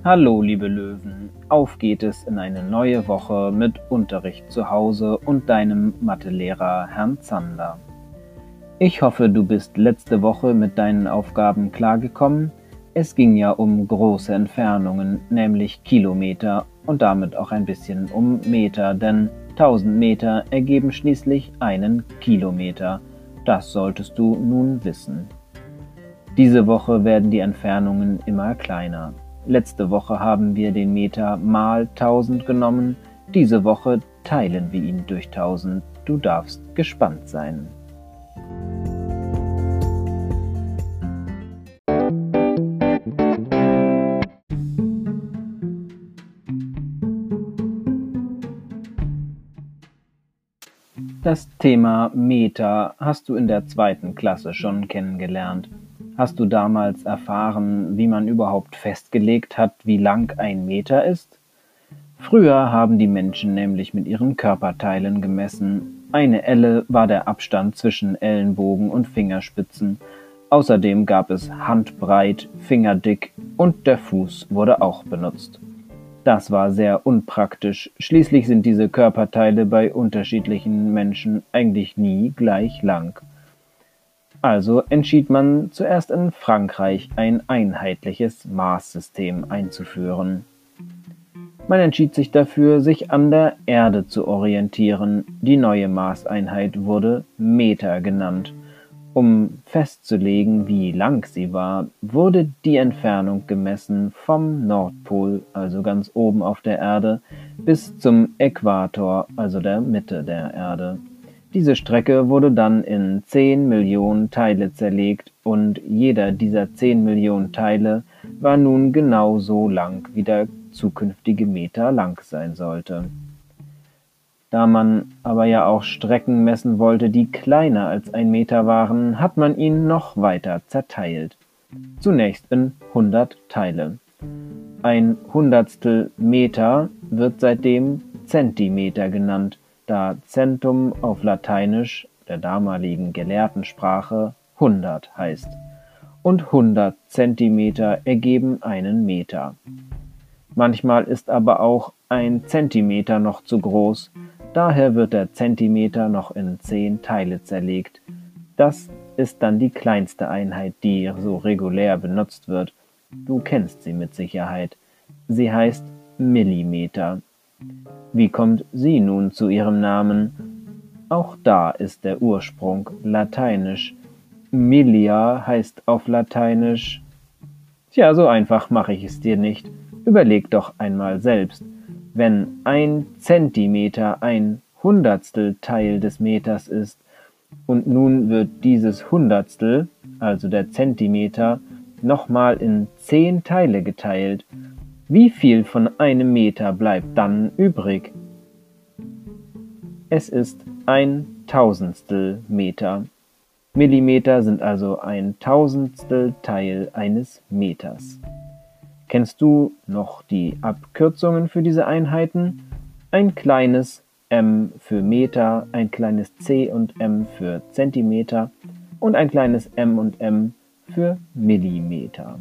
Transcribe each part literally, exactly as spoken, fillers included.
Hallo liebe Löwen, auf geht es in eine neue Woche mit Unterricht zu Hause und deinem Mathelehrer Herrn Zander. Ich hoffe, du bist letzte Woche mit deinen Aufgaben klargekommen. Es ging ja um große Entfernungen, nämlich Kilometer und damit auch ein bisschen um Meter, denn tausend Meter ergeben schließlich einen Kilometer. Das solltest du nun wissen. Diese Woche werden die Entfernungen immer kleiner. Letzte Woche haben wir den Meter mal tausend genommen, diese Woche teilen wir ihn durch tausend. Du darfst gespannt sein. Das Thema Meter hast du in der zweiten Klasse schon kennengelernt. Hast du damals erfahren, wie man überhaupt festgelegt hat, wie lang ein Meter ist? Früher haben die Menschen nämlich mit ihren Körperteilen gemessen. Eine Elle war der Abstand zwischen Ellenbogen und Fingerspitzen. Außerdem gab es handbreit, fingerdick und der Fuß wurde auch benutzt. Das war sehr unpraktisch. Schließlich sind diese Körperteile bei unterschiedlichen Menschen eigentlich nie gleich lang. Also entschied man zuerst in Frankreich ein einheitliches Maßsystem einzuführen. Man entschied sich dafür, sich an der Erde zu orientieren. Die neue Maßeinheit wurde Meter genannt. Um festzulegen, wie lang sie war, wurde die Entfernung gemessen vom Nordpol, also ganz oben auf der Erde, bis zum Äquator, also der Mitte der Erde. Diese Strecke wurde dann in zehn Millionen Teile zerlegt und jeder dieser zehn Millionen Teile war nun genau so lang, wie der zukünftige Meter lang sein sollte. Da man aber ja auch Strecken messen wollte, die kleiner als ein Meter waren, hat man ihn noch weiter zerteilt. Zunächst in hundert Teile. Ein Hundertstel Meter wird seitdem Zentimeter genannt, da Centum auf Lateinisch, der damaligen Gelehrtensprache, hundert heißt. Und hundert Zentimeter ergeben einen Meter. Manchmal ist aber auch ein Zentimeter noch zu groß, daher wird der Zentimeter noch in zehn Teile zerlegt. Das ist dann die kleinste Einheit, die so regulär benutzt wird. Du kennst sie mit Sicherheit. Sie heißt Millimeter. Wie kommt sie nun zu ihrem Namen? Auch da ist der Ursprung lateinisch. Millia heißt auf Lateinisch. Tja, so einfach mache ich es dir nicht. Überleg doch einmal selbst. Wenn ein Zentimeter ein Hundertstel Teil des Meters ist und nun wird dieses Hundertstel, also der Zentimeter, nochmal in zehn Teile geteilt, wie viel von einem Meter bleibt dann übrig? Es ist ein Tausendstel Meter. Millimeter sind also ein Tausendstel Teil eines Meters. Kennst du noch die Abkürzungen für diese Einheiten? Ein kleines m für Meter, ein kleines c und m für Zentimeter und ein kleines m und m für Millimeter.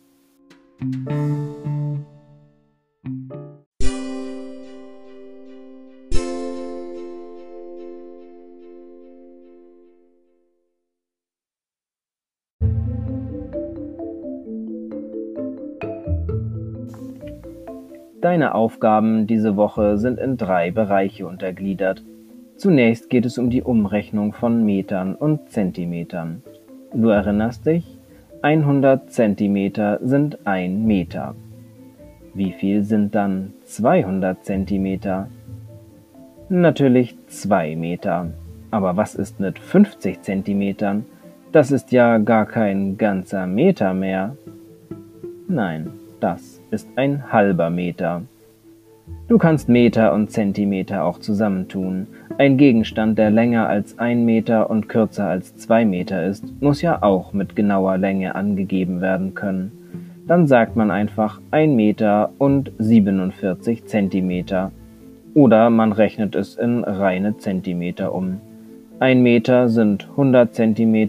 Deine Aufgaben diese Woche sind in drei Bereiche untergliedert. Zunächst geht es um die Umrechnung von Metern und Zentimetern. Du erinnerst dich? hundert Zentimeter sind ein Meter. Wie viel sind dann zweihundert Zentimeter? Natürlich zwei Meter. Aber was ist mit fünfzig Zentimetern? Das ist ja gar kein ganzer Meter mehr. Nein, das ist ein halber Meter. Du kannst Meter und Zentimeter auch zusammentun. Ein Gegenstand, der länger als ein Meter und kürzer als zwei Meter ist, muss ja auch mit genauer Länge angegeben werden können. Dann sagt man einfach ein Meter und siebenundvierzig Zentimeter. Oder man rechnet es in reine Zentimeter um. Ein Meter sind hundert Zentimeter,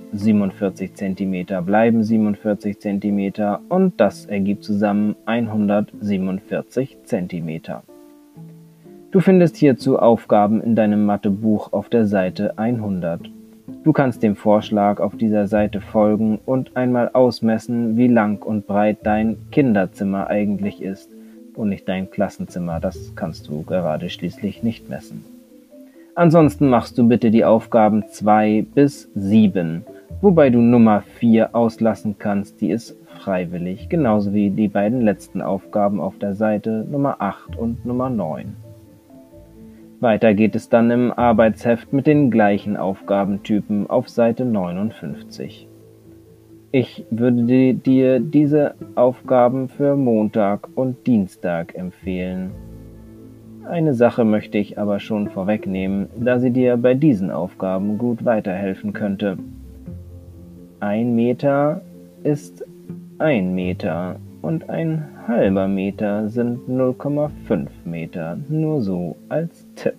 siebenundvierzig Zentimeter bleiben siebenundvierzig Zentimeter und das ergibt zusammen hundertsiebenundvierzig Zentimeter. Du findest hierzu Aufgaben in deinem Mathebuch auf der Seite hundert. Du kannst dem Vorschlag auf dieser Seite folgen und einmal ausmessen, wie lang und breit dein Kinderzimmer eigentlich ist und nicht dein Klassenzimmer. Das kannst du gerade schließlich nicht messen. Ansonsten machst du bitte die Aufgaben zwei bis sieben, wobei du Nummer vier auslassen kannst, die ist freiwillig, genauso wie die beiden letzten Aufgaben auf der Seite Nummer acht und Nummer neun. Weiter geht es dann im Arbeitsheft mit den gleichen Aufgabentypen auf Seite neunundfünfzig. Ich würde dir diese Aufgaben für Montag und Dienstag empfehlen. Eine Sache möchte ich aber schon vorwegnehmen, da sie dir bei diesen Aufgaben gut weiterhelfen könnte. Ein Meter ist ein Meter und ein halber Meter sind null Komma fünf Meter, nur so als Tipp.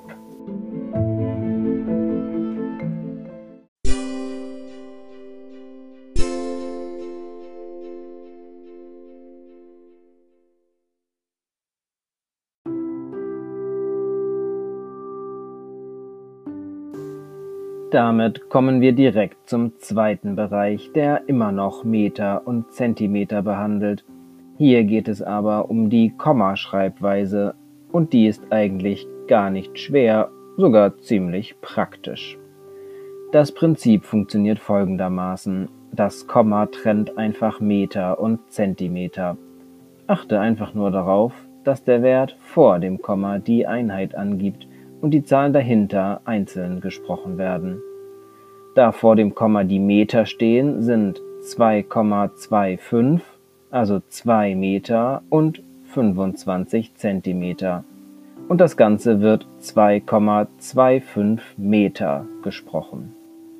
Damit kommen wir direkt zum zweiten Bereich, der immer noch Meter und Zentimeter behandelt. Hier geht es aber um die Kommaschreibweise und die ist eigentlich gar nicht schwer, sogar ziemlich praktisch. Das Prinzip funktioniert folgendermaßen. Das Komma trennt einfach Meter und Zentimeter. Achte einfach nur darauf, dass der Wert vor dem Komma die Einheit angibt und die Zahlen dahinter einzeln gesprochen werden. Da vor dem Komma die Meter stehen, sind zwei Komma fünfundzwanzig, also zwei Meter und fünfundzwanzig Zentimeter. Und das Ganze wird zwei Komma fünfundzwanzig Meter gesprochen.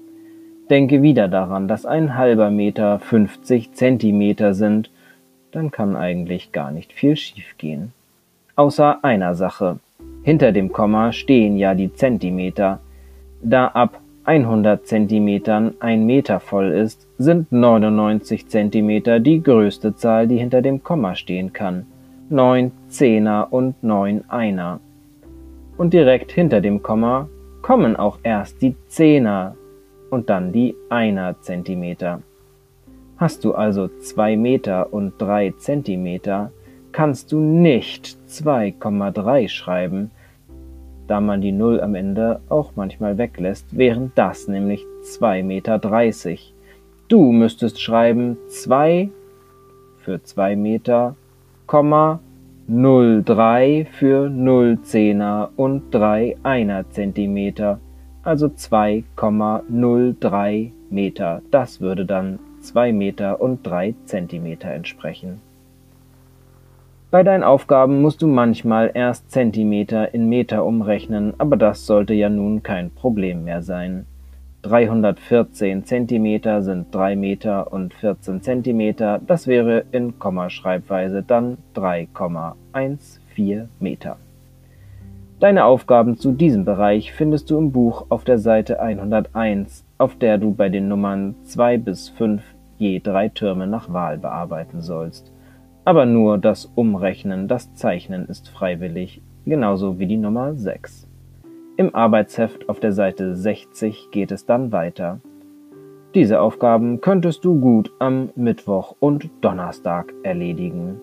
Denke wieder daran, dass ein halber Meter fünfzig Zentimeter sind, dann kann eigentlich gar nicht viel schiefgehen. Außer einer Sache. Hinter dem Komma stehen ja die Zentimeter. Da ab hundert Zentimetern ein Meter voll ist, sind neunundneunzig Zentimeter die größte Zahl, die hinter dem Komma stehen kann. neun Zehner und neun Einer. Und direkt hinter dem Komma kommen auch erst die Zehner und dann die Einer Zentimeter. Hast du also zwei Meter und drei Zentimeter, kannst du nicht zwei Komma drei schreiben, da man die Null am Ende auch manchmal weglässt, wären das nämlich zwei Meter dreißig. Du müsstest schreiben zwei für zwei Meter, Komma null Komma drei für null Zehner und drei Einer Zentimeter, also zwei Komma null drei Meter. Das würde dann zwei Meter und drei Zentimeter entsprechen. Bei deinen Aufgaben musst du manchmal erst Zentimeter in Meter umrechnen, aber das sollte ja nun kein Problem mehr sein. dreihundertvierzehn Zentimeter sind drei Meter und vierzehn Zentimeter, das wäre in Kommaschreibweise dann drei Komma vierzehn Meter. Deine Aufgaben zu diesem Bereich findest du im Buch auf der Seite hunderteins, auf der du bei den Nummern zwei bis fünf je drei Türme nach Wahl bearbeiten sollst. Aber nur das Umrechnen, das Zeichnen ist freiwillig, genauso wie die Nummer sechs. Im Arbeitsheft auf der Seite sechzig geht es dann weiter. Diese Aufgaben könntest du gut am Mittwoch und Donnerstag erledigen.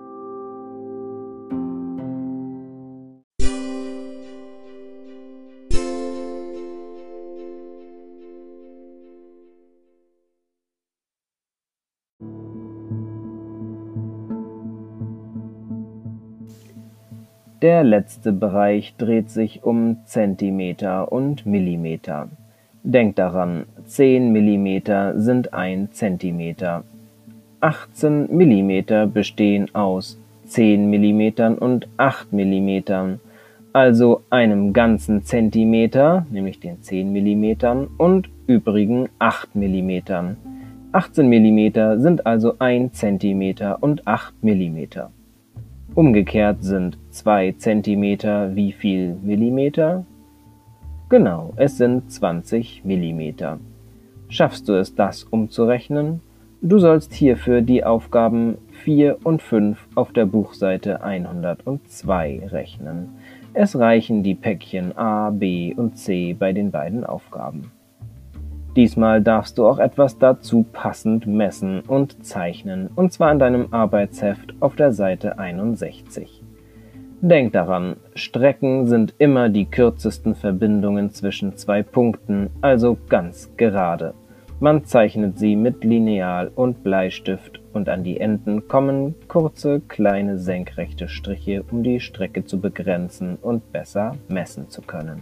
Der letzte Bereich dreht sich um Zentimeter und Millimeter. Denk daran, zehn Millimeter sind ein Zentimeter. achtzehn Millimeter bestehen aus zehn Millimetern und acht Millimetern, also einem ganzen Zentimeter, nämlich den zehn Millimetern, und übrigen acht Millimetern. achtzehn Millimeter sind also ein Zentimeter und acht Millimeter. Umgekehrt sind zwei Zentimeter wie viel Millimeter? Genau, es sind zwanzig Millimeter. Schaffst du es, das umzurechnen? Du sollst hierfür die Aufgaben vier und fünf auf der Buchseite hundertzwei rechnen. Es reichen die Päckchen A, B und C bei den beiden Aufgaben. Diesmal darfst du auch etwas dazu passend messen und zeichnen, und zwar in deinem Arbeitsheft auf der Seite einundsechzig. Denk daran, Strecken sind immer die kürzesten Verbindungen zwischen zwei Punkten, also ganz gerade. Man zeichnet sie mit Lineal und Bleistift und an die Enden kommen kurze, kleine senkrechte Striche, um die Strecke zu begrenzen und besser messen zu können.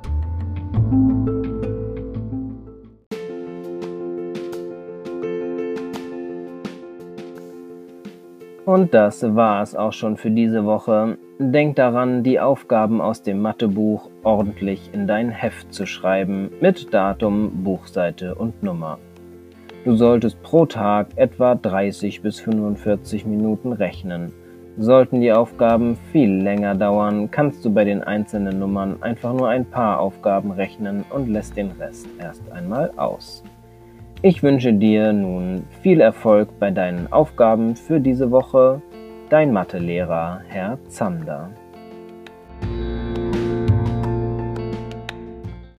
Und das war es auch schon für diese Woche. Denk daran, die Aufgaben aus dem Mathebuch ordentlich in dein Heft zu schreiben, mit Datum, Buchseite und Nummer. Du solltest pro Tag etwa dreißig bis fünfundvierzig Minuten rechnen. Sollten die Aufgaben viel länger dauern, kannst du bei den einzelnen Nummern einfach nur ein paar Aufgaben rechnen und lässt den Rest erst einmal aus. Ich wünsche dir nun viel Erfolg bei deinen Aufgaben für diese Woche. Dein Mathelehrer, Herr Zander.